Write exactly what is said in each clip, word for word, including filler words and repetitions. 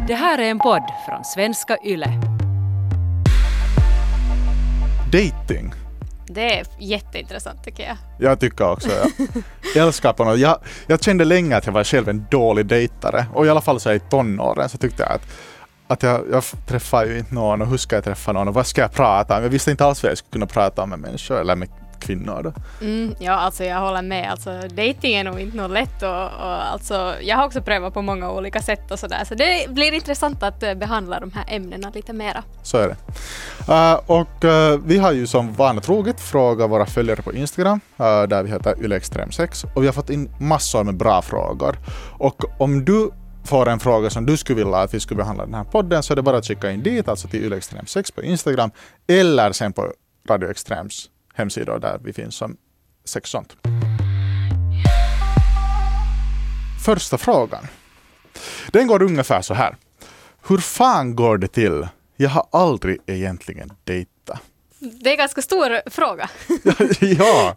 Det här är en podd från Svenska Yle. Dating. Det är jätteintressant tycker jag. Jag tycker också. Jag älskar på något. Jag, jag kände länge att jag var själv en dålig dejtare. Och i alla fall så i tonåren så tyckte jag att, att jag, jag träffar ju inte någon. Och hur ska jag träffa någon? Och vad ska jag prata om? Jag visste inte alls vad jag skulle kunna prata om med människor eller med kvinnor då. Mm, ja, alltså jag håller med. Alltså, dating är nog inte något lätt. Och, och, alltså, jag har också prövat på många olika sätt och sådär. Så det blir intressant att uh, behandla de här ämnena lite mera. Så är det. Uh, och uh, vi har ju som vanligt troget frågat våra följare på Instagram uh, där vi heter Yle Extrem sex. Och vi har fått in massor med bra frågor. Och om du får en fråga som du skulle vilja att vi skulle behandla den här podden så är det bara att skicka in dit, alltså till Yle Extrem sex på Instagram eller sen på Radio Extrems hemsidor där vi finns som sex sånt. Första frågan. Den går ungefär så här. Hur fan går det till? Jag har aldrig egentligen dejtat. Det är en ganska stor fråga. Ja.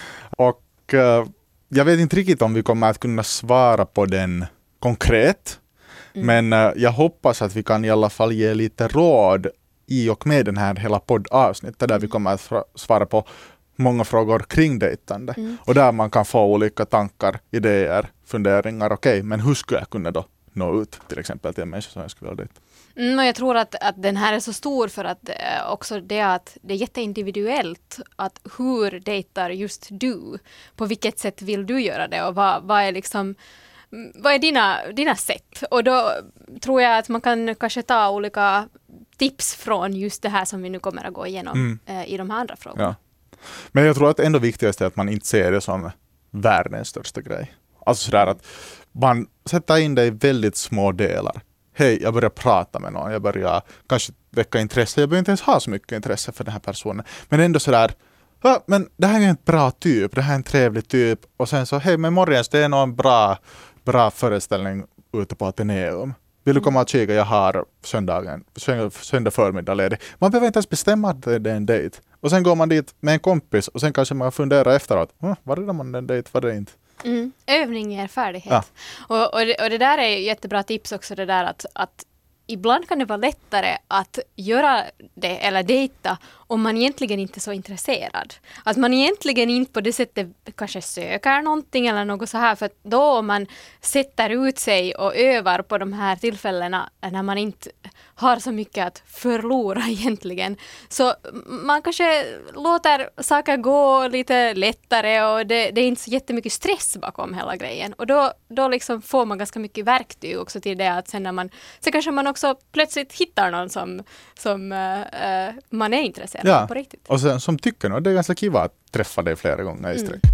Och uh, jag vet inte riktigt om vi kommer att kunna svara på den konkret. Mm. Men uh, jag hoppas att vi kan i alla fall ge lite råd i och med den här hela poddavsnittet där mm. vi kommer att fra- svara på många frågor kring dejtande. Mm. Och där man kan få olika tankar, idéer, funderingar. Okej, okay, men hur skulle jag kunna då nå ut till exempel till en människa som jag skulle vilja dejta? Mm, och jag tror att, att den här är så stor för att eh, också det att det är jätteindividuellt att hur dejtar just du? På vilket sätt vill du göra det? Och vad, vad är liksom vad är dina, dina sätt? Och då tror jag att man kan kanske ta olika tips från just det här som vi nu kommer att gå igenom mm. eh, i de här andra frågorna. Ja. Men jag tror att ändå viktigast är att man inte ser det som världens största grej. Alltså sådär att man sätter in det i väldigt små delar. Hej, jag börjar prata med någon. Jag börjar kanske väcka intresse. Jag behöver inte ens ha så mycket intresse för den här personen. Men ändå sådär, ja, men det här är en bra typ. Det här är en trevlig typ. Och sen så, hej, men morgens, det är någon bra, bra föreställning ute på Ateneum. Vill du komma och kika? Jag har söndagen, söndag förmiddag ledig. Man behöver inte ens bestämma att det är en dejt. Och sen går man dit med en kompis och sen kanske man funderar efteråt. Hm, var det man en dejt? Var det inte? Mm. Övning är färdighet. Ja. Och, och, det, och det där är ju jättebra tips också, det där att, att ibland kan det vara lättare att göra det eller dejta om man egentligen inte är så intresserad. Att man egentligen inte på det sättet kanske söker någonting eller något så här. För att då om man sätter ut sig och övar på de här tillfällena när man inte har så mycket att förlora egentligen. Så man kanske låter saker gå lite lättare och det, det är inte så jättemycket stress bakom hela grejen. Och då, då liksom får man ganska mycket verktyg också till det att sen när man, så kanske man också plötsligt hittar någon som, som uh, man är intresserad ja. av på riktigt. Och sen som tycker nog det är ganska kiva att träffa dig flera gånger i sträck. Mm.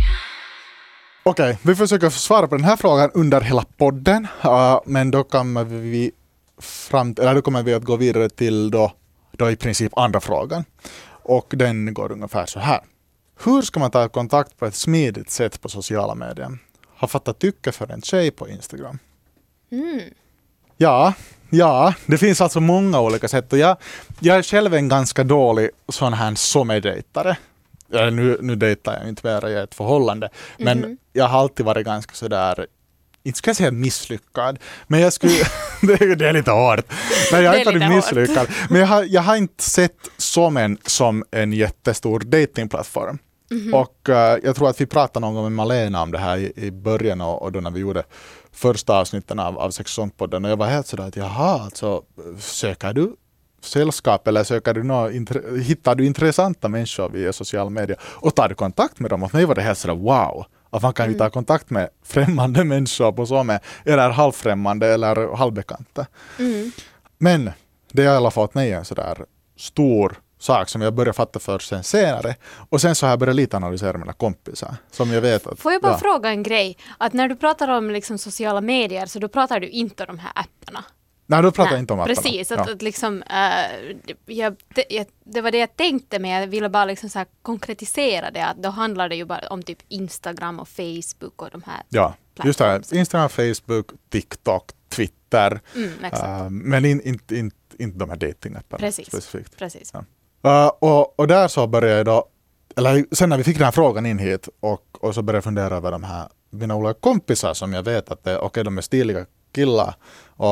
Okej, okay, vi försöker svara på den här frågan under hela podden. Uh, men då kommer vi fram, eller då kommer vi att gå vidare till då, då i princip andra frågan. Och den går ungefär så här. Hur ska man ta kontakt på ett smidigt sätt på sociala medier? Har fattat tycke för en tjej på Instagram? Mm. Ja, ja, det finns alltså många olika sätt. Och jag, jag är själv en ganska dålig sån här sommardejtare. Nu, nu dejtar jag inte mer, jag är ett förhållande. Men mm. jag har alltid varit ganska sådär, inte ska jag säga misslyckad. Men jag skulle, det, är, det är lite hårt. Men jag har inte varit misslyckad. Hårt. Men jag har, jag har inte sett Sommen som en jättestor datingplattform. Mm-hmm. Och uh, jag tror att vi pratade någon gång med Malena om det här i, i början och, och då när vi gjorde första avsnitten av, av Sex och sånt-podden. Och jag var helt sådär att jaha, alltså söker du sällskap eller söker du något, intre- hittar du intressanta människor via sociala medier och tar du kontakt med dem? Och för mig var det helt sådär wow, att man kan ju mm. ta kontakt med främmande människor på så med, eller halvfrämmande eller halvbekanta. Mm. Men det har i alla fall fått mig en sådär stor sak som jag började fatta först sen senare. Och sen så har jag börjat lite analysera mina kompisar. Som jag vet att, Får jag bara ja. fråga en grej? Att när du pratar om liksom sociala medier så då pratar du inte om de här apparna. Nej, då pratar jag inte om apparna. Precis, att, ja. att liksom, uh, jag, det, jag, det var det jag tänkte, men jag ville bara liksom så här konkretisera det. Att då handlar det ju bara om typ Instagram och Facebook och de här. Ja, just det. Instagram, Facebook, TikTok, Twitter. Mm, uh, men inte in, in, in de här datingapparna Precis. specifikt. Precis. Ja. Uh, och, och där så började jag då, eller sen när vi fick den här frågan in hit och, och så började jag fundera över de här mina olika kompisar som jag vet att det, okay, de är stiliga killar och,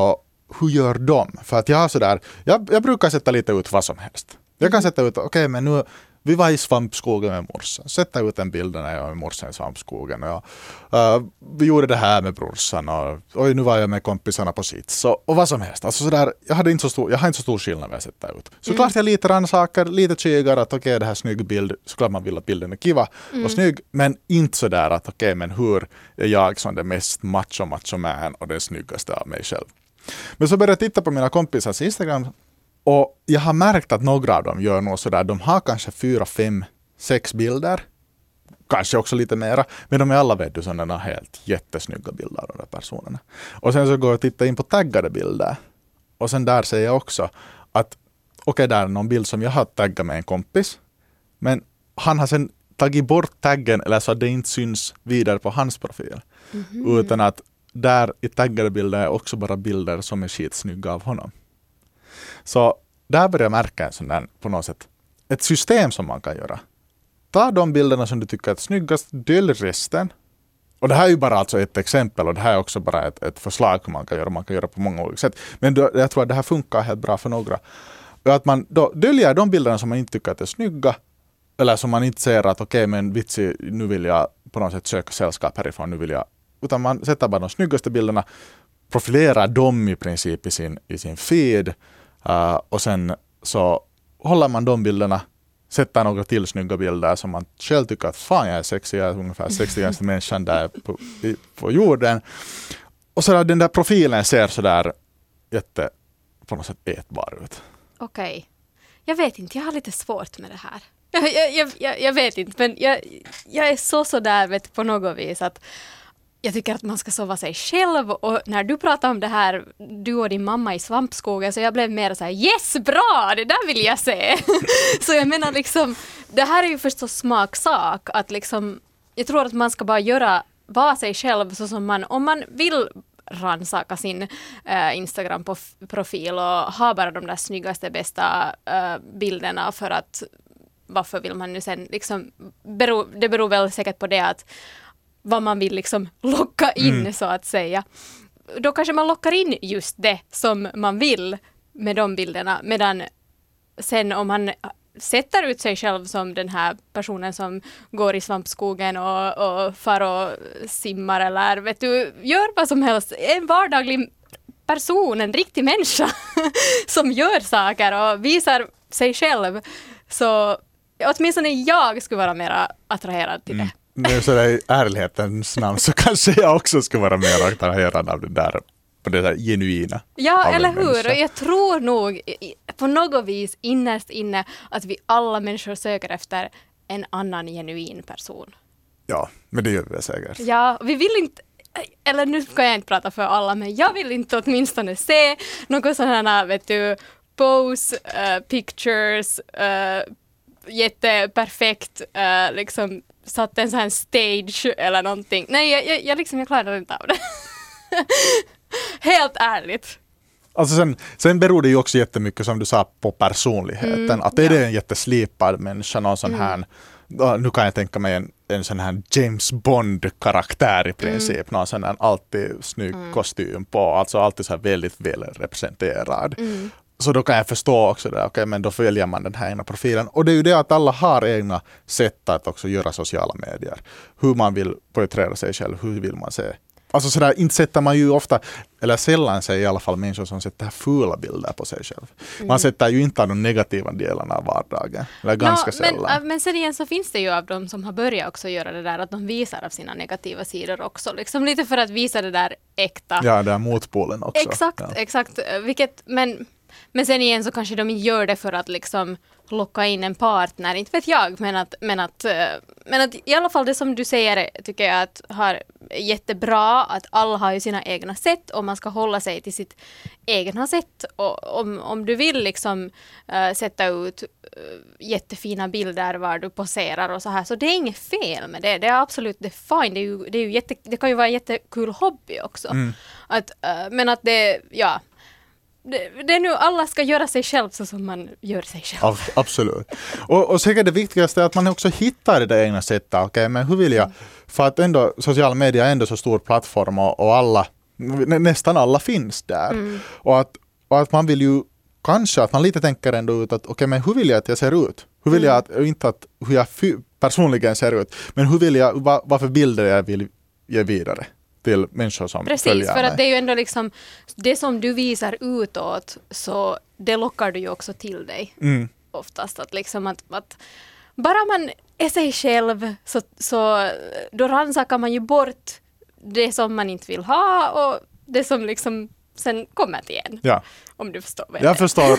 hur gör de? För att jag har sådär, jag, jag brukar sätta lite ut vad som helst. Jag kan sätta ut, okej okay, men nu, vi var i svampskogen med morsan. Sätta ut en bild när jag var med morsan i svampskogen. Och jag, uh, vi gjorde det här med brorsan och oj, nu var jag med kompisarna på sits. Och, och vad som helst. Alltså sådär, jag, hade inte så stor, jag har inte så stor skillnad med att sätta ut. Så mm. klart jag lite rannsaker, lite kigar att okej okay, det här är snygg bild. Såklart man vill att bilden är kiva mm. och snygg. Men inte sådär att okej okay, men hur är jag som den mest macho macho man och den snyggaste av mig själv. Men så började jag titta på mina kompisars Instagram. Och jag har märkt att några av dem gör något sådär. De har kanske fyra, fem, sex bilder. Kanske också lite mera. Men de är alla vet du sådana helt jättesnygga bilder av de där personerna. Och sen så går jag och tittar in på taggade bilder. Och sen där säger jag också att okej, okay, där är någon bild som jag har taggat med en kompis. Men han har sen tagit bort taggen eller så att det inte syns vidare på hans profil. Mm-hmm. Utan att där i taggade bilder är också bara bilder som är skitsnygga av honom. Så där börjar jag märka en sån där, på något sätt, ett system som man kan göra. Ta de bilderna som du tycker är snyggast, dölj resten. Och det här är ju bara alltså ett exempel och det här är också bara ett, ett förslag som man kan göra. Man kan göra på många olika sätt. Men då, jag tror att det här funkar helt bra för några. Och att man då döljer de bilderna som man inte tycker att är snygga. Eller som man inte ser att okej, okay, men vitsi, nu vill jag på något sätt söka sällskap härifrån. Nu vill jag, utan man sätter bara de snyggaste bilderna. Profilerar dem i princip i sin, i sin feed. Uh, och sen så håller man de bilderna, sätter några till snygga bilder som man själv tycker att fan jag är sexig, jag är ungefär sexigaste människan där på, i, på jorden. Och så där, den där profilen ser så där jätte på något sätt ätbar ut. Okej. Okay. Jag vet inte, jag har lite svårt med det här. Jag, jag, jag, jag, jag vet inte, men jag, jag är så så där vet, på något vis att jag tycker att man ska sova sig själv och när du pratar om det här, du och din mamma i svampskogen, så jag blev mer så här, yes, bra, det där vill jag se. Så jag menar liksom, det här är ju förstås smaksak, att liksom, jag tror att man ska bara göra, vara sig själv så som man, om man vill rannsaka sin uh, Instagram-profil och ha bara de där snyggaste, bästa uh, bilderna för att, varför vill man nu sen, liksom, beror, det beror väl säkert på det att vad man vill liksom locka in mm. så att säga. Då kanske man lockar in just det som man vill med de bilderna. Medan sen om man sätter ut sig själv som den här personen som går i svampskogen och, och far och simmar eller vet du, gör vad som helst. En vardaglig person, en riktig människa som gör saker och visar sig själv. Så åtminstone jag skulle vara mer attraherad till det. Mm. Nu så där i ärlighetens namn så kanske jag också ska vara mer attraherad av det där, på det där genuina. Ja, eller hur? Och jag tror nog på något vis innerst inne att vi alla människor söker efter en annan genuin person. Ja, men det gör vi säkert. Ja, vi vill inte, eller nu ska jag inte prata för alla, men jag vill inte åtminstone se något sådana, vet du, pose, uh, pictures, uh, jätteperfekt, uh, liksom satt en sån här stage eller någonting. Nej, jag, jag, jag, liksom, jag klarar inte av det. Helt ärligt. Alltså sen, sen beror det ju också jättemycket som du sa på personligheten. Mm, att det ja. är en jätteslipad människa, någon sån här, mm. nu kan jag tänka mig en, en sån här James Bond-karaktär i princip. Mm. Någon sån här alltid snygg mm. kostym på, alltså alltid så här väldigt väl representerad. Mm. Så då kan jag förstå också det, okay, men då följer man den här egna profilen. Och det är ju det att alla har egna sätt att också göra sociala medier. Hur man vill porträttera sig själv, hur vill man se. Alltså sådär, inte sätter man ju ofta, eller sällan sig i alla fall människor som sätter fula bilder på sig själv. Mm. Man sätter ju inte av de negativa delarna av vardagen. Eller ganska no, sällan. Men, men sen igen så finns det ju av dem som har börjat också göra det där att de visar av sina negativa sidor också. Liksom lite för att visa det där äkta. Ja, det är motpolen också. Exakt, ja. exakt. Vilket, men... Men sen igen så kanske de gör det för att liksom locka in en partner, inte vet jag, men att, men att, men att i alla fall det som du säger tycker jag att har jättebra, att alla har ju sina egna sätt och man ska hålla sig till sitt egna sätt. Och om, om du vill liksom uh, sätta ut uh, jättefina bilder var du poserar och så här, så det är inget fel med det. Det är absolut, det är fine. Det, är ju, det, är ju jätte, det kan ju vara en jättekul hobby också. Mm. Att, uh, men att det, ja... Det, det är nu alla ska göra sig själv så som man gör sig själv. Ja, absolut. Och, och säkert det viktigaste är att man också hittar det där egna sättet. Okay, men hur vill jag? För att ändå, sociala medier är ändå så stor plattform och, och alla Nä, nästan alla finns där. Mm. Och, att, och att man vill ju kanske att man lite tänker ändå ut att okej, okay, men hur vill jag att jag ser ut? Hur vill mm. jag att, inte att hur jag fy, personligen ser ut, men hur vill jag, vad, vad för bilder jag vill ge vidare till människor som Precis, följer för mig. att det är ju ändå liksom det som du visar utåt, så det lockar du ju också till dig. Mm. Oftast att liksom att, att bara man är sig själv så, så då rannsakar man ju bort det som man inte vill ha och det som liksom sen kommer till igen. Ja. Om du förstår vad jag, jag förstår.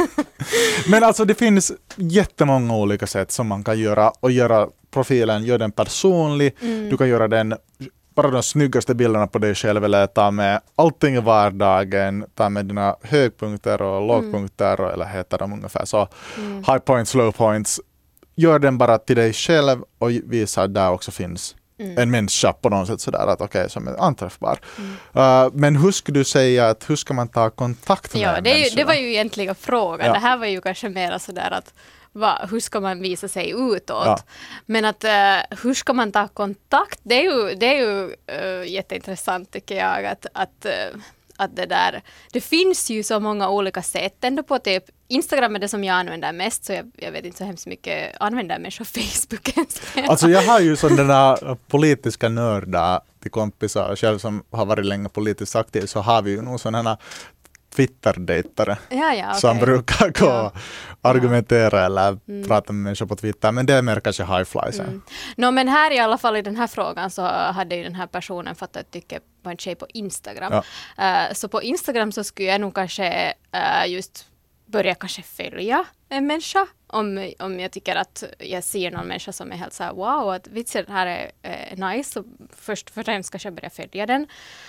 Men alltså det finns jättemånga olika sätt som man kan göra och göra profilen, göra den personlig. Mm. Du kan göra den, bara de snyggaste bilderna på dig själv, eller ta med allting i vardagen, ta med dina högpunkter och lågpunkter, mm. eller heter de ungefär så. Mm. High points, low points. Gör den bara till dig själv och visa att där också finns mm. en människa på något sätt sådär att okej, okay, som är anträffbar. Mm. Uh, men hur skulle du säga att hur ska man ta kontakt med ja, det, är ju, det var ju egentligen frågan. Ja. Det här var ju kanske mer sådär att va, hur ska man visa sig utåt? Ja. Men att uh, hur ska man ta kontakt? Det är ju, det är ju uh, jätteintressant tycker jag att, att uh, att det där, det finns ju så många olika sätt ändå på typ Instagram är det som jag använder mest, så jag, jag vet inte så hemskt mycket använder människor Facebook ens. Alltså jag har ju sådana politiska nördar till kompisar själv som har varit länge politiskt aktiv, så har vi ju nog sådana Twitter-dejtare ja, ja, okay. som brukar gå ja. och argumentera ja. eller mm. prata med människor på Twitter, men det är mer kanske high fly sen. Mm. No, men här i alla fall i den här frågan så hade ju den här personen fattat ett tycke på en tjej på Instagram. Ja. Uh, så på Instagram så skulle jag nog kanske uh, just börja kanske följa en människa om, om jag tycker att jag ser någon människa som är helt så här wow, att vitsen här är uh, nice, så först för främst kanske jag börja följa den.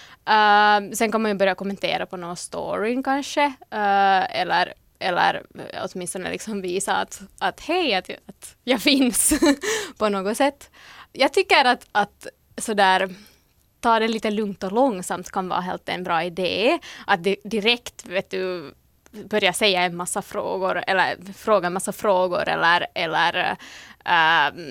Uh, sen kan man ju börja kommentera på någon story kanske, uh, eller, eller åtminstone liksom visa att, att hej, att, att jag finns på något sätt. Jag tycker att, att sådär ta det lite lugnt och långsamt kan vara helt en bra idé. Att det direkt vet du, börja säga en massa frågor eller fråga en massa frågor eller, eller uh,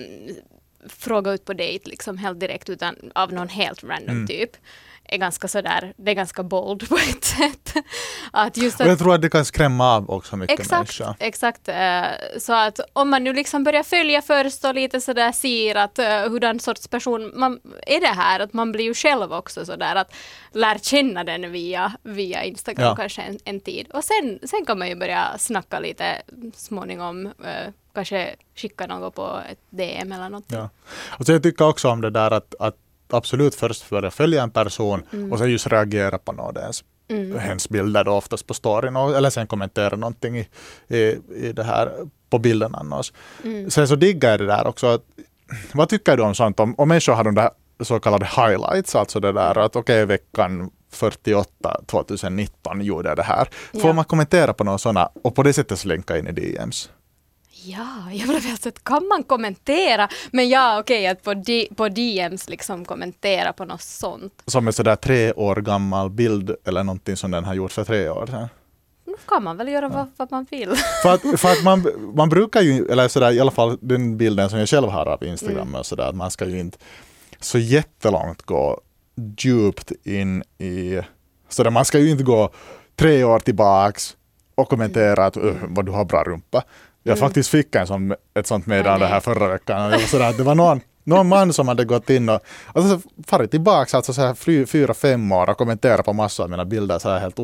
fråga ut på dejt liksom helt direkt utan av någon helt random mm. typ. Är ganska sådär, det är ganska bold på ett sätt. Att just att, och jag tror att det kan skrämma av också mycket exakt, människor. Exakt, så att om man nu liksom börjar följa först och lite sådär ser att uh, hurdan sorts person man är det här, att man blir ju själv också sådär att lär känna den via, via Instagram ja. kanske en, en tid. Och sen, sen kan man ju börja snacka lite småningom, uh, kanske skicka något på ett D M eller något. Ja. Och så jag tycker också om det där att, att absolut först börja följa en person mm. och sen just reagera på något ens, mm. hens bilder då oftast på storyn och, eller sen kommentera någonting i, i, i det här på bilden annars. Mm. Sen så diggar jag det där också. Att, vad tycker du om sånt? Om, om människor har de där så kallade highlights, alltså det där att okej, okay, veckan fyrtioåtta tjugonitton gjorde jag det här. Får ja. man kommentera på något sådana och på det sättet så länka in i D Ms? Ja, jag vill säga att kan man kommentera, men ja okej okay, att på, D- på D Ms liksom kommentera på något sånt. Som en sådär tre år gammal bild eller någonting som den har gjort för tre år sedan. Nu kan man väl göra ja. vad, vad man vill. För att, för att man, man brukar ju, eller sådär i alla fall den bilden som jag själv har av Instagram mm. och sådär, att man ska ju inte så jättelångt gå djupt in i, så där man ska ju inte gå tre år tillbaks och kommentera att uh, vad du har bra rumpa. Jag mm. faktiskt fick en sån, ett sånt meddelande här förra veckan. Och det var, sådär, det var någon, någon man som hade gått in och alltså, farit tillbaka alltså, så här, fly, fyra, fem år och kommenterat på massor av mina bilder så här, helt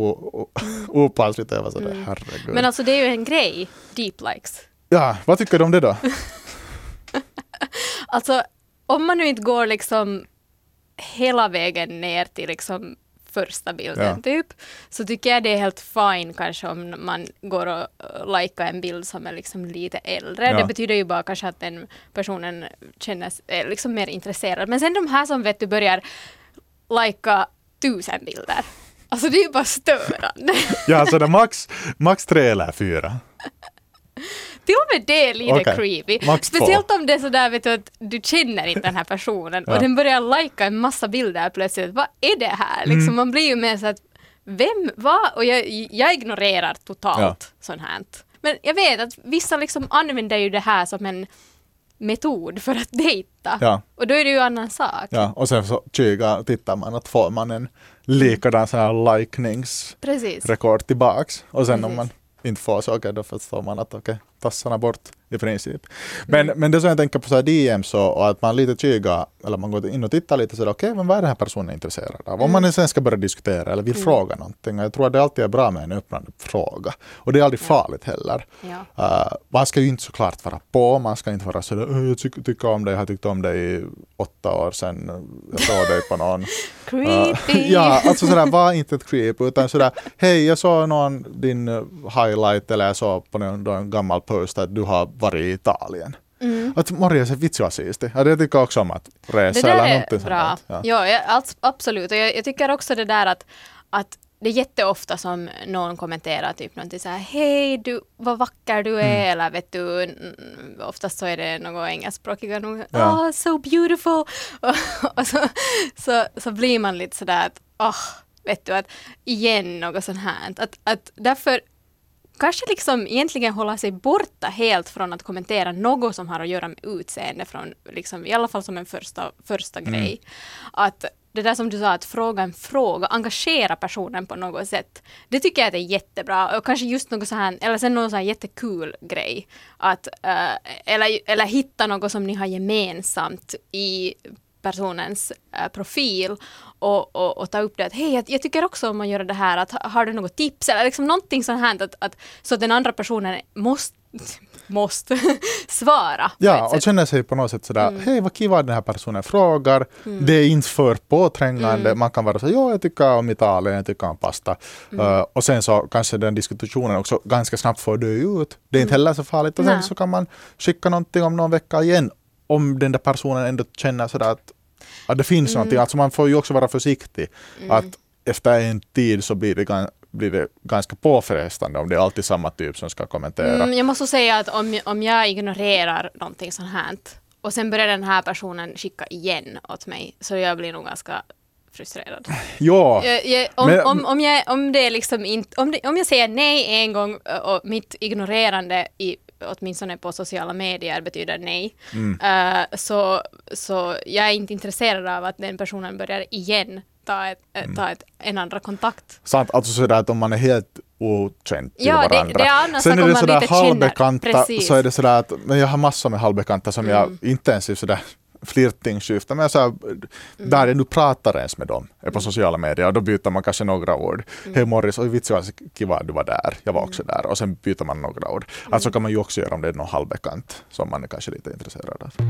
opassligt. Jag var sådär, mm. herregud. Men alltså det är ju en grej, deep likes. Ja, vad tycker du om det då? Alltså, om man nu inte går liksom hela vägen ner till liksom första bilden ja. typ, så tycker jag det är helt fine kanske om man går och likar en bild som är liksom lite äldre. Ja. Det betyder ju bara kanske att den personen känns liksom mer intresserad. Men sen de här som vet du börjar lika tusen bilder. Alltså det är ju bara störande. Ja, så det är max, max tre eller fyra. Till och med det är lite okay. creepy. Max Speciellt två. om det är sådär vet du, att du känner inte den här personen ja. och den börjar lika en massa bilder plötsligt. Vad är det här? Mm. Liksom, man blir ju med så att vem, vad? Och jag, jag ignorerar totalt ja. sånt här. Men jag vet att vissa liksom använder ju det här som en metod för att dejta. Ja. Och då är det ju en annan sak. Ja, och sen så tjuga, tittar man att får man en likadan sån här likningsrekord tillbaks. Och sen Precis. om man inte får så, okay, då förstår man att okej, okay, tassarna bort i princip. Men, mm. men det som jag tänker på så här D Ms och, och att man lite tyga, eller man går in och tittar lite så okej, okay, men vad är den här personen intresserad av? Mm. Om man sen ska börja diskutera eller vill mm. fråga någonting. Jag tror att det alltid är bra med en öppnande fråga. Och det är aldrig ja. farligt heller. Ja. Uh, man ska ju inte såklart vara på, man ska inte vara så där, jag ty- tycker om dig, jag har tyckt om dig i åtta år sedan, jag såg dig på någon. Creepy! Uh, ja, alltså sådär, var inte ett creep, utan sådär, hej, jag såg någon din highlight eller jag såg på någon, någon gammal post att du har varit i Italien. Mm. Att morgon är vitsuasisti. Ja, det tycker jag också om att resa. Det där eller är bra. Ja, ja jag, alltså, absolut. Och jag, jag tycker också det där att, att det är jätteofta som någon kommenterar typ någonting så här, hej du, vad vacker du är, mm. eller vet du, oftast så är det något engelskspråkiga, något, ja. oh, so beautiful. Och, och så, så, så blir man lite sådär att, åh, oh, vet du, att igen något sånt här. Att, att därför kanske liksom egentligen hålla sig borta helt från att kommentera något som har att göra med utseende från, liksom, i alla fall som en första, första mm. grej. Att det där som du sa, att fråga en fråga, engagera personen på något sätt. Det tycker jag att är jättebra. Och kanske just något så här, eller sen någon så här jättekul grej. Att, uh, eller, eller hitta något som ni har gemensamt i personens uh, profil och, och, och ta upp det att hej, jag, jag tycker också om att göra det här, att har du något tips eller liksom någonting sånt här att, att, så att den andra personen måste måste svara. Ja, och känner sig på något sätt sådär, mm. hej vad kiva den här personen frågar, mm. det är inte för påträngande, mm. man kan vara så, ja jag tycker om Italien, jag tycker om pasta. Mm. Uh, och sen så kanske den diskussionen också ganska snabbt får dö ut. Det är inte mm. heller så farligt och sen Nej. så kan man skicka någonting om någon vecka igen om den där personen ändå känner sådär att, att det finns mm. någonting. Alltså man får ju också vara försiktig. Mm. Att efter en tid så blir det ganska blir det ganska påfrestande om det är alltid samma typ som ska kommentera. Mm, jag måste säga att om, om jag ignorerar någonting sånt här och sen börjar den här personen skicka igen åt mig så jag blir nog ganska frustrerad. Ja. Jag, jag, om, men, om, om, jag, om, det liksom inte, om, det, om jag säger nej en gång och mitt ignorerande i åtminstone på sociala medier betyder nej. Mm. Uh, så, så jag är inte intresserad av att den personen börjar igen ta, ett, mm. ta ett, en andra kontakt. Sant, alltså sådär att om man är helt okänd till ja, varandra. Det, det är annars sen är det sådär halvbekanta, så är det sådär att men jag har massor med halvbekanta som mm. jag intensivt sådär flirtingsyfte, men så här, mm. där är du pratar ens med dem är på sociala medier och då byter man kanske några ord. Mm. Hej Morris, oj vitsi vad kiva du var där, jag var också mm. där och sen byter man några ord. Mm. Alltså kan man ju också göra om det är någon halvbekant som man är kanske lite intresserad av.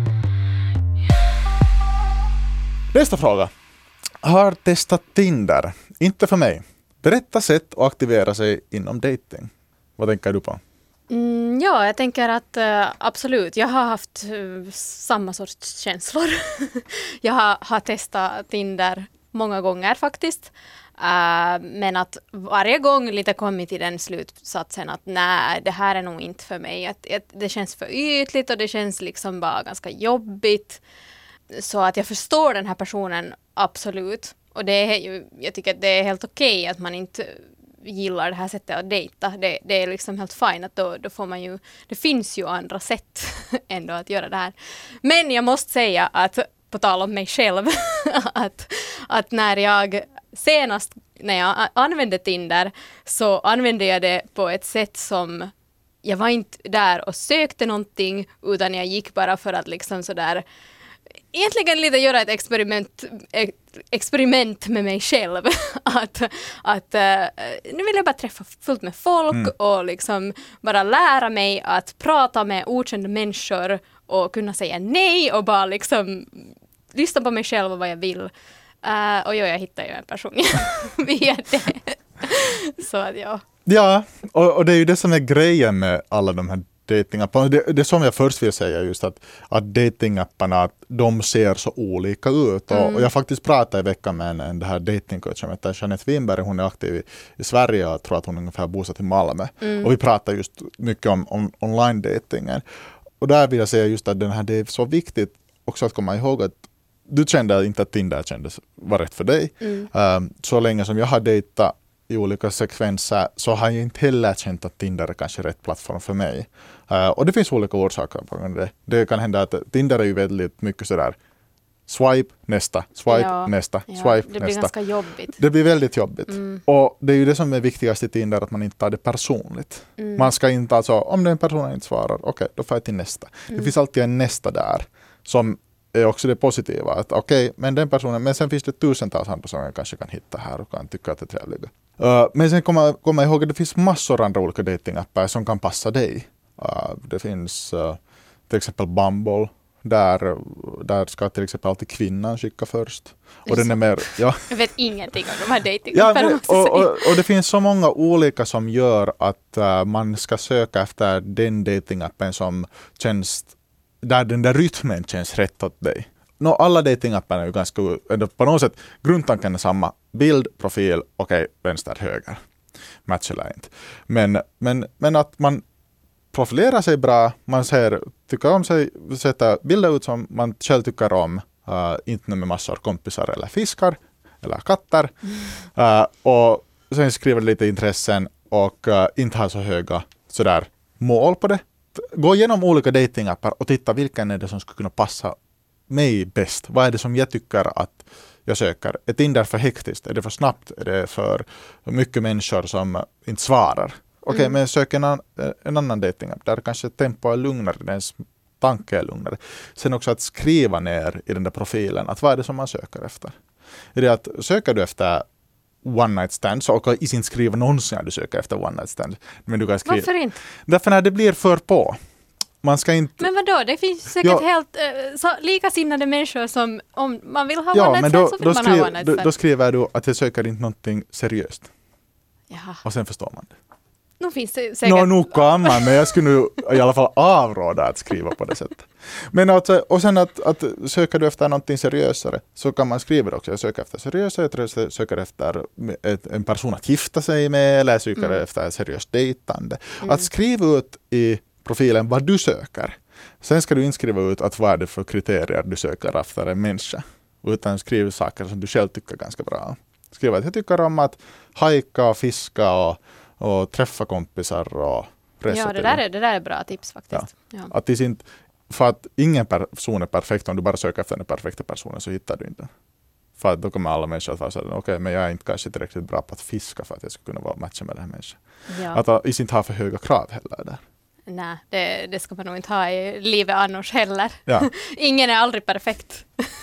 Nästa fråga. Har testat Tinder? Inte för mig. Berätta sätt att aktivera sig inom dating. Vad tänker du på? Mm, ja, jag tänker att uh, absolut. Jag har haft uh, samma sorts känslor. jag har, har testat Tinder många gånger faktiskt. Uh, men att varje gång lite kommit till den slutsatsen att nej, det här är nog inte för mig. Att, att det känns för ytligt och det känns liksom bara ganska jobbigt. Så att jag förstår den här personen absolut. Och det är ju, jag tycker att det är helt okej att man inte gillar det här sättet att dejta. Det, det är liksom helt fint att då, då får man ju, det finns ju andra sätt ändå att göra det här. Men jag måste säga att, på tal om mig själv, att, att när jag senast, när jag använde Tinder så använde jag det på ett sätt som, jag var inte där och sökte någonting utan jag gick bara för att liksom sådär egentligen lite göra ett experiment, ett experiment med mig själv. att att uh, nu vill jag bara träffa fullt med folk mm. och liksom bara lära mig att prata med okända människor och kunna säga nej och bara liksom lyssna på mig själv och vad jag vill. Uh, och ja, jag hittar ju en person via det. Så att ja. Ja, och, och det är ju det som är grejen med alla de här datingapparna. Det, det som jag först vill säga just att, att datingapparna att de ser så olika ut. Mm. Och, och jag faktiskt pratade i veckan med en, en det här datingcoach som heter Jeanette Winberg. Hon är aktiv i, i Sverige och jag tror att hon ungefär bosatt i Malmö. Mm. Och vi pratar just mycket om, om online-datingen. Och där vill jag säga just att den här, det är så viktigt också att komma ihåg att du kände inte att Tinder kändes var rätt för dig. Mm. Um, så länge som jag har dejtat i olika sekvenser så har jag inte heller känt att Tinder är kanske rätt plattform för mig. Uh, och det finns olika orsaker på det. Det kan hända att Tinder är ju väldigt mycket sådär Swipe, nästa, swipe, Ja, nästa, ja, swipe, det blir nästa. ganska jobbigt. Det blir väldigt jobbigt. Mm. Och det är ju det som är viktigast i Tinder, att man inte tar det personligt. Mm. Man ska inte alltså, om den personen inte svarar, okej, okay, då får jag till nästa. Mm. Det finns alltid en nästa där som är också det positiva. Att okej, okay, men den personen, men sen finns det tusentals andra som jag kanske kan hitta här och kan tycka att det är trevliga. Uh, men sen kommer kom ihåg att det finns massor andra olika datingappar som kan passa dig. Uh, det finns uh, till exempel Bumble. Där, där ska till exempel alltid kvinnan skicka först. Och den är mer, ja. Jag vet ingenting om de här dating. Ja, men, och, och, och det finns så många olika som gör att uh, man ska söka efter den datingappen som känns, där den där rytmen känns rätt åt dig. No, alla datingappar är ju ganska, på något sätt, grundtanken är samma. Bild, profil, okej, okay, vänster, höger. Match eller inte. Men, men, men att man profilerar sig bra, man ser, tycker om sig, sätter bilder ut som man själv tycker om, uh, inte med massor kompisar eller fiskar eller katter. Uh, och sen skriver lite intressen och uh, inte har så höga sådär mål på det. Gå igenom olika datingappar och titta vilken är det som skulle kunna passa mig bäst. Vad är det som jag tycker att jag söker? Är Tinder för hektiskt? Är det för snabbt? Är det för mycket människor som inte svarar? Okej, okay, mm. men sök en, an, en annan datingapp där kanske tempo är lugnare, ens tanke är lugnare. Sen också att skriva ner i den där profilen att vad är det som man söker efter. Är det att söker du efter one night stand, så kan inte skriva någonsin att du söker efter one night stand. Men du kan skriva. Varför inte? Därför när det blir för på. Man ska inte... Men vadå, det finns säkert ja. helt uh, så, likasinnade människor som om man vill ha ja, one night stand så vill då man skriv, ha one night stand. Då, då skriver du att jag söker inte någonting seriöst. Jaha. Och sen förstår man det. Nu finns det säkert... Nå, nog kan man, men jag skulle nu i alla fall avråda att skriva på det sättet. Men alltså, och sen att, att söker du efter någonting seriösare så kan man skriva det också. Jag söker efter seriösare, jag söker efter ett, en person att gifta sig med eller jag söker mm. efter seriöst dejtande. Mm. Att skriva ut i profilen vad du söker. Sen ska du inskriva ut att vad är det för kriterier du söker efter en människa. Utan skriv saker som du själv tycker ganska bra. Skriv att jag tycker om att hajka och fiska och och träffa kompisar och resa. Ja, det där, är, det där är bra tips faktiskt. Ja. Ja. Att det inte, för att ingen person är perfekt, om du bara söker efter den perfekta personen så hittar du inte. För att då kommer alla människor att vara så okej, okay, men jag är inte kanske tillräckligt bra på att fiska för att jag ska kunna vara matcha med den här människan. Ja. Att inte ha för höga krav heller där. Nej, det, det ska man nog inte ha i livet annars heller. Ja. Ingen är aldrig perfekt.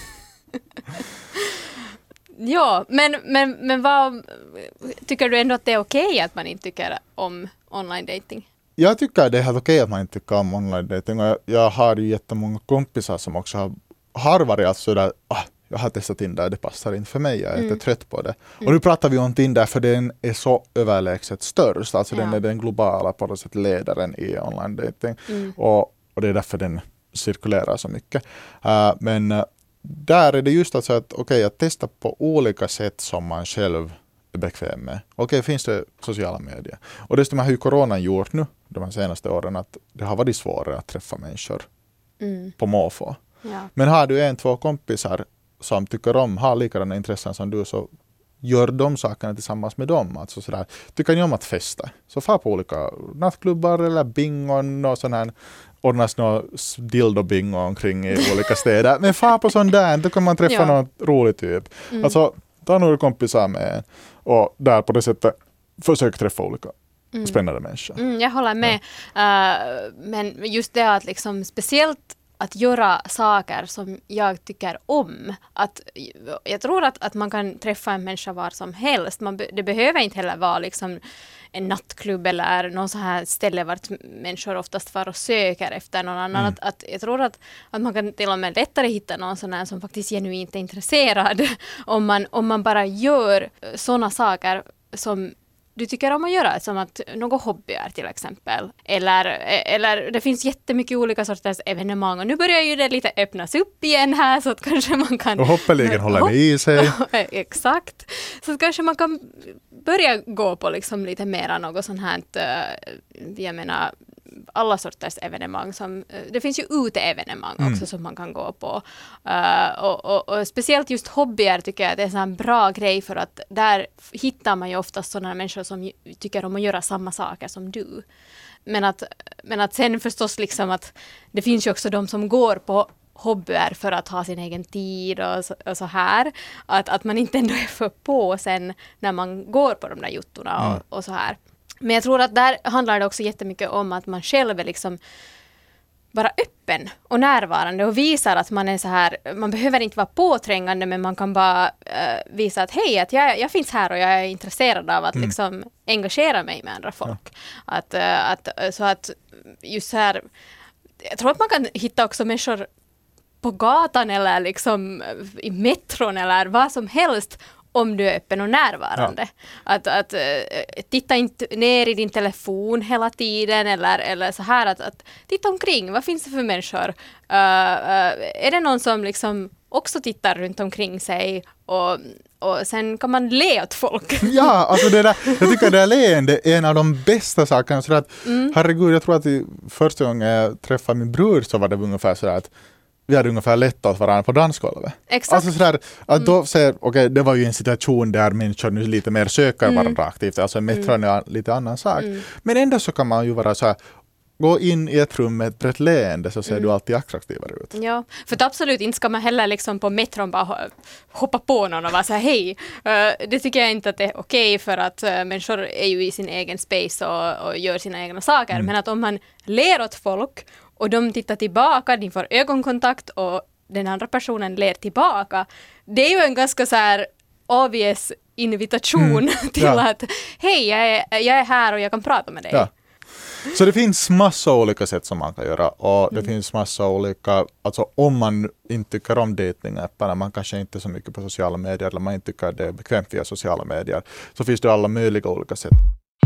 Ja, men, men, men vad, tycker du ändå att det är okej okay att man inte tycker om online dating? Jag tycker det är helt okej okay att man inte tycker om online dating. Jag, jag har ju jättemånga kompisar som också har, har varit alltså där, ah, jag har testat Tinder, det passar inte för mig, jag är mm. inte trött på det. Mm. Och nu pratar vi om Tinder för den är så överlägset störst, alltså ja. den är den globala på något sätt ledaren i online dating. Mm. Och, och det är därför den cirkulerar så mycket. Uh, men uh, där är det just alltså att okej, okay, att testa på olika sätt som man själv är bekväm med. Okej, okay, finns det sociala medier? Och dessutom har ju coronan gjort nu, de senaste åren, att det har varit svårare att träffa människor mm. på måfå. Ja. Men har du en, två kompisar som tycker om, har likadana intressen som du, så gör de sakerna tillsammans med dem. Alltså sådär, tycker ni om att festa? Så far på olika nattklubbar eller bingon och sån här, ordnas någon dildo-bingo omkring i olika städer. Men far på sån där, då kan man träffa ja. någon rolig typ. Mm. Alltså, ta några kompisar med och där på det sättet försök träffa olika mm. spännande människor. Mm, jag håller med. Ja. Uh, men just det att liksom speciellt att göra saker som jag tycker om. Att, jag tror att, att man kan träffa en människa var som helst. Man be, det behöver inte heller vara liksom en nattklubb eller någon så här ställe vart människor oftast far och söker efter någon annan. Mm. Att, att, jag tror att, att man kan till och med lättare hitta någon sån här som faktiskt genuint är intresserad. Om man, om man bara gör såna saker som du tycker om att göra, som att något hobbyer till exempel. Eller, eller det finns jättemycket olika sorters evenemang. Och nu börjar ju det lite öppnas upp igen här så att kanske man kan... Och hoppeligen håller hopp, i sig. Exakt. Så att kanske man kan börja gå på liksom lite mera något sånt här, jag menar, alla sorters evenemang. Som, det finns ju uteevenemang också mm. som man kan gå på. Uh, och, och, och speciellt just hobbyer tycker jag att det är en bra grej, för att där hittar man ju oftast sådana människor som tycker om att göra samma saker som du. Men att, men att sen förstås liksom att det finns ju också de som går på hobbyer för att ha sin egen tid och så, och så här. Att, att man inte ändå är för på sen när man går på de där juttorna och, mm. och så här. Men jag tror att där handlar det också jättemycket om att man själv är liksom vara öppen och närvarande och visar att man är så här, man behöver inte vara påträngande, men man kan bara uh, visa att hej, att jag, jag finns här och jag är intresserad av att mm. liksom engagera mig med andra folk. Ja. Att, uh, att, så att just så här, jag tror att man kan hitta också människor på gatan eller liksom i metron eller vad som helst om du är öppen och närvarande. Ja. Att, att uh, titta inte ner i din telefon hela tiden eller, eller så här. Att, att titta omkring. Vad finns det för människor? Uh, uh, är det någon som liksom också tittar runt omkring sig och, och sen kan man le åt folk? Ja, alltså det där, jag tycker det där leende är en av de bästa sakerna. Så att, mm. herregud, jag tror att i första gången jag träffade min bror så var det ungefär så att vi hade ungefär lätt åt varandra på dansgolvet. Exakt. Alltså sådär, att mm. då säger, okej, okay, det var ju en situation där människor nu lite mer söker mm. varandra aktivt. Alltså metron är lite annan sak. Mm. Men ändå så kan man ju vara så här, gå in i ett rum med ett brett leende så ser mm. du alltid attraktivare ut. Ja, för absolut inte ska man heller liksom på metron bara hoppa på någon och vara så här, hej. Uh, det tycker jag inte att det är okej, för att uh, människor är ju i sin egen space och, och gör sina egna saker. Mm. Men att om man ler åt folk och de tittar tillbaka, de får ögonkontakt och den andra personen ler tillbaka. Det är ju en ganska så här obvious invitation mm. till ja. att hej, jag är, jag är här och jag kan prata med dig. Ja. Så det finns massa olika sätt som man kan göra, och det mm. finns massa olika, alltså om man inte tycker om datingapparna, man kanske inte är så mycket på sociala medier eller man inte tycker att det är bekvämt via sociala medier, så finns det alla möjliga olika sätt.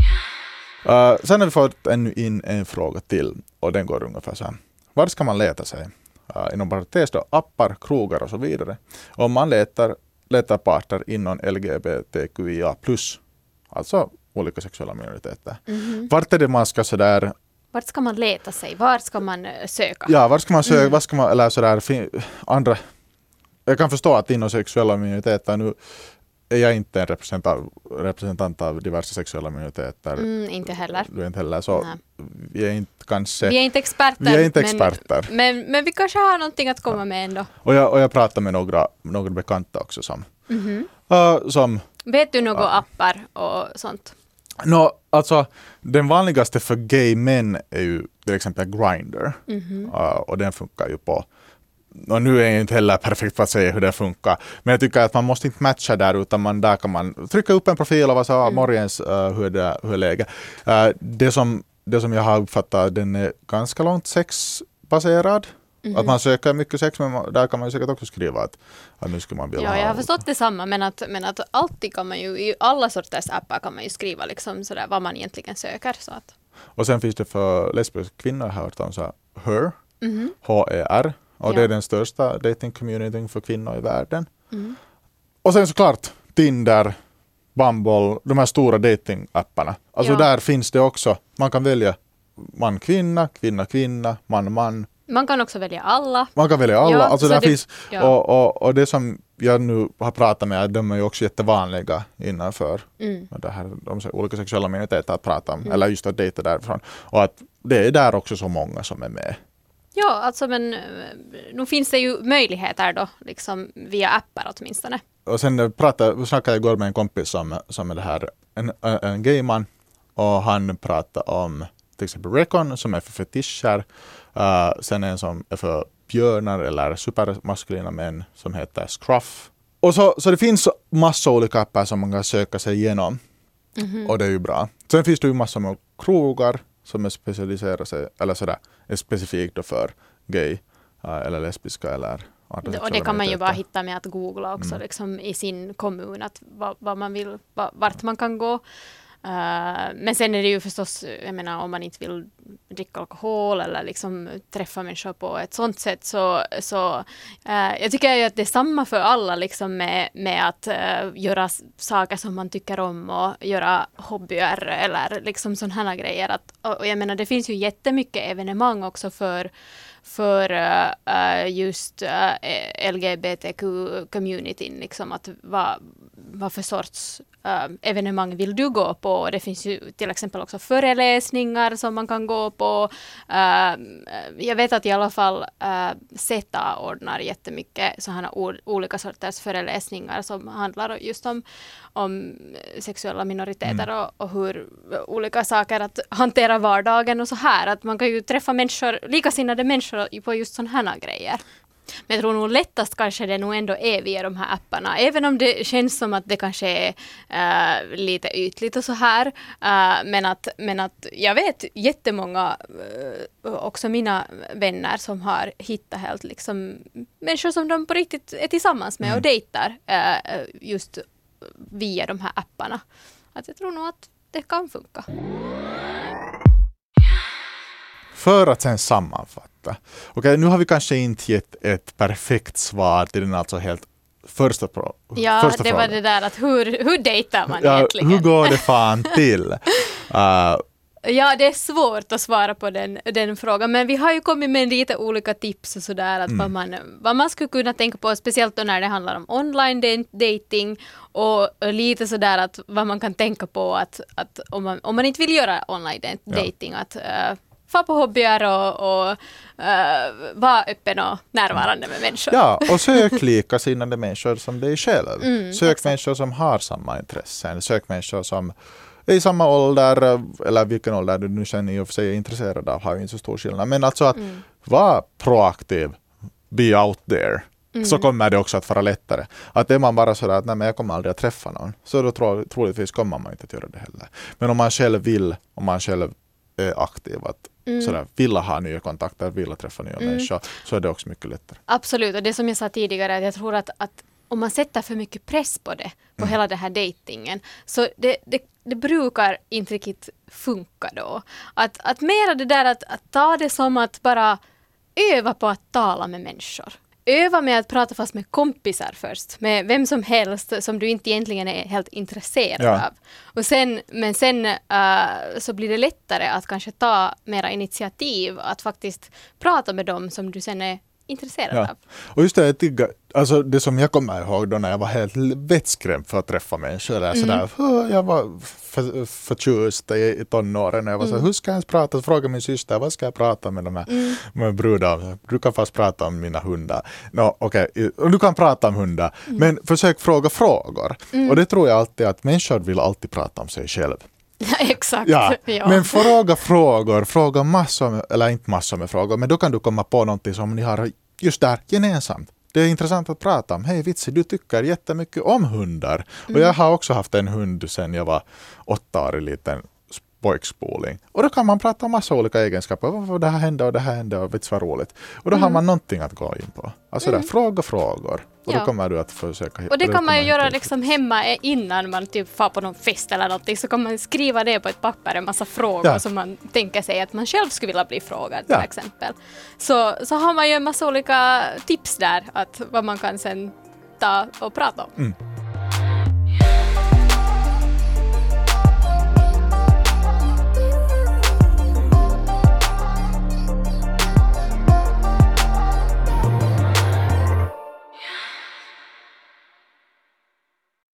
Uh, sen har vi fått ännu in en fråga till, och den går ungefär så här. Var ska man leta sig? Uh, inom parentes då, appar, krogar och så vidare. Om man letar, letar parter inom L G B T Q I A plus, alltså olika sexuella minoriteter. Mm-hmm. Vart är det man ska sådär... Vart ska man leta sig? Var ska man söka? Ja, var ska man söka? Mm. Var ska man, eller sådär, andra... Jag kan förstå att inom sexuella minoriteter nu är jag inte en representant, representant av diverse sexuella minoriteter. Mm, inte heller. Du är inte heller, så nej. Vi är inte kanske... Vi är inte experter. Vi är inte experter. Men, men, men vi kanske har någonting att komma ja. med ändå. Och jag, och jag pratar med några, några bekanta också som... Mm-hmm. Uh, som vet du några uh, appar och sånt? No, alltså, den vanligaste för gay män är ju till exempel Grindr. Mm-hmm. Uh, och den funkar ju på... Och nu är jag inte heller perfekt för att säga hur det funkar. Men jag tycker att man måste inte matcha där, utan man, där kan man trycka upp en profil och vara så här, mm. morgens, uh, hur är det, hur är läget. Uh, det, som, det som jag har uppfattat, den är ganska långt sexbaserad. Mm-hmm. Att man söker mycket sex, men man, där kan man ju säkert också skriva att, att nu skulle man vilja ja, ha... Ja, jag har förstått detsamma, men att, men att alltid kan man ju, i alla sorters appar kan man ju skriva liksom sådär vad man egentligen söker. Så att. Och sen finns det för lesbiska kvinnor, jag har hört om så här, Her, mm-hmm. H E R, och ja. det är den största dating-communityn för kvinnor i världen. Mm. Och sen såklart Tinder, Bumble, de här stora dating-apparna. Alltså ja. Där finns det också, man kan välja man, kvinna, kvinna, kvinna, man, man. Man kan också välja alla. Man kan välja alla. Ja, alltså där det, finns, ja. och, och, och det som jag nu har pratat med, de är ju också jättevanliga innanför mm. det här, de olika sexuella minoriteter att prata om, mm. eller just att dejta därifrån. Och att det är där också så många som är med. Ja, alltså men nu finns det ju möjligheter då, liksom via appar åtminstone. Och sen pratade, snackade jag igår med en kompis som, som är det här, en, en gayman, och han pratade om till exempel Recon som är för fetischer. Uh, sen en som är för björnar eller supermaskulina män som heter Scruff. Och så, så det finns massa olika appar som man kan söka sig igenom. Mm-hmm. Och det är ju bra. Sen finns det ju massa med krogar som är specialiserade sig, eller sådär, är specifikt för gay uh, eller lesbiska eller andra. Och det kan man ju bara hitta med att googla också mm. liksom, i sin kommun att vad, vad man vill, vart man kan gå. Uh, men sen är det ju förstås, jag menar, om man inte vill dricka alkohol eller liksom träffa människor på ett sånt sätt, så, så uh, jag tycker ju att det är samma för alla liksom med, med att uh, göra saker som man tycker om och göra hobbyer eller liksom sådana här grejer. Att, och jag menar, det finns ju jättemycket evenemang också för för uh, just uh, L G B T Q-communityn, liksom att vad, vad för sorts äh, evenemang vill du gå på? Det finns ju till exempel också föreläsningar som man kan gå på. Äh, jag vet att i alla fall äh, SETA ordnar jättemycket sådana o- olika sorters föreläsningar som handlar just om, om sexuella minoriteter mm. och, och hur olika saker att hantera vardagen och så här. Att man kan ju träffa människor, likasinnade människor på just sådana här grejer. Men jag tror nog lättast kanske det nog ändå är via de här apparna. Även om det känns som att det kanske är äh, lite ytligt och så här. Äh, men, att, men att jag vet jättemånga, äh, också mina vänner som har hittat helt liksom människor som de på riktigt är tillsammans med mm. och dejtar äh, just via de här apparna. Att jag tror nog att det kan funka. För att sen sammanfatta. Okej, nu har vi kanske inte gett ett perfekt svar till den alltså helt första, pro- ja, första det frågan. var det där att hur, hur dejtar man ja, egentligen? Hur går det fan till? uh, Ja, det är svårt att svara på den, den frågan, men vi har ju kommit med lite olika tips och sådär, att mm. vad, man, vad man skulle kunna tänka på, speciellt då när det handlar om online dating och lite sådär att vad man kan tänka på att, att om, man, om man inte vill göra online dating, ja. att uh, få på hobbyer och, och uh, vara öppen och närvarande med människor. Ja, och sök likasinnade människor som dig själv. Mm, sök exakt. människor som har samma intressen. Sök människor som är i samma ålder, eller vilken ålder du nu känner i och för sig är intresserad av, har ju inte så stor skillnad. Men alltså att mm. vara proaktiv, be out there. Mm. Så kommer det också att vara lättare. Att är man bara sådär att nej, men jag kommer aldrig att träffa någon, så då tro, troligtvis kommer man inte att göra det heller. Men om man själv vill, om man själv är aktiv, att mm. sådär, vill ha nya kontakter, vill träffa nya mm. människor, så är det också mycket lättare. Absolut, och det som jag sa tidigare, att jag tror att, att om man sätter för mycket press på det, på mm. hela den här dejtingen, så det, det, det brukar inte riktigt funka då. Att, att mera det där att, att ta det som att bara öva på att tala med människor. Öva med att prata fast med kompisar först, med vem som helst som du inte egentligen är helt intresserad ja. av. Och sen, men sen uh, så blir det lättare att kanske ta mera initiativ, att faktiskt prata med dem som du sen är intresserad ja. av. Och just det, jag tycker, alltså det som jag kommer ihåg då när jag var helt vettskrämd för att träffa människor, eller mm. sådär, jag var för, förtjust i, i tonåren och jag var mm. så hur ska jag ens prata? Fråga min syster, vad ska jag prata med de här mm. med brudar? Du kan fast prata om mina hundar. No, okej, okay. Du kan prata om hundar, mm. men försök fråga frågor. Mm. Och det tror jag alltid att människor vill alltid prata om sig själv. Ja, exakt. Ja, ja. Men fråga frågor, fråga massor med, eller inte massor med frågor, men då kan du komma på någonting som ni har just där gemensamt. Det är intressant att prata om. Hej Vitsi, du tycker jättemycket om hundar. Mm. Och jag har också haft en hund sedan jag var åtta år i liten pojkspoling. Och då kan man prata om massa olika egenskaper. Varför det här hände och det här hände och vet vad roligt. Och då mm. har man någonting att gå in på. Alltså mm. där, fråga frågor. Och ja. då kommer du att försöka hitta. Och det kan man ju göra liksom hemma innan man typ far på någon fest eller någonting. Så kan man skriva det på ett papper, en massa frågor ja. som man tänker sig att man själv skulle vilja bli frågad till ja. exempel. Så, så har man ju en massa olika tips där, att vad man kan sen ta och prata om. Mm.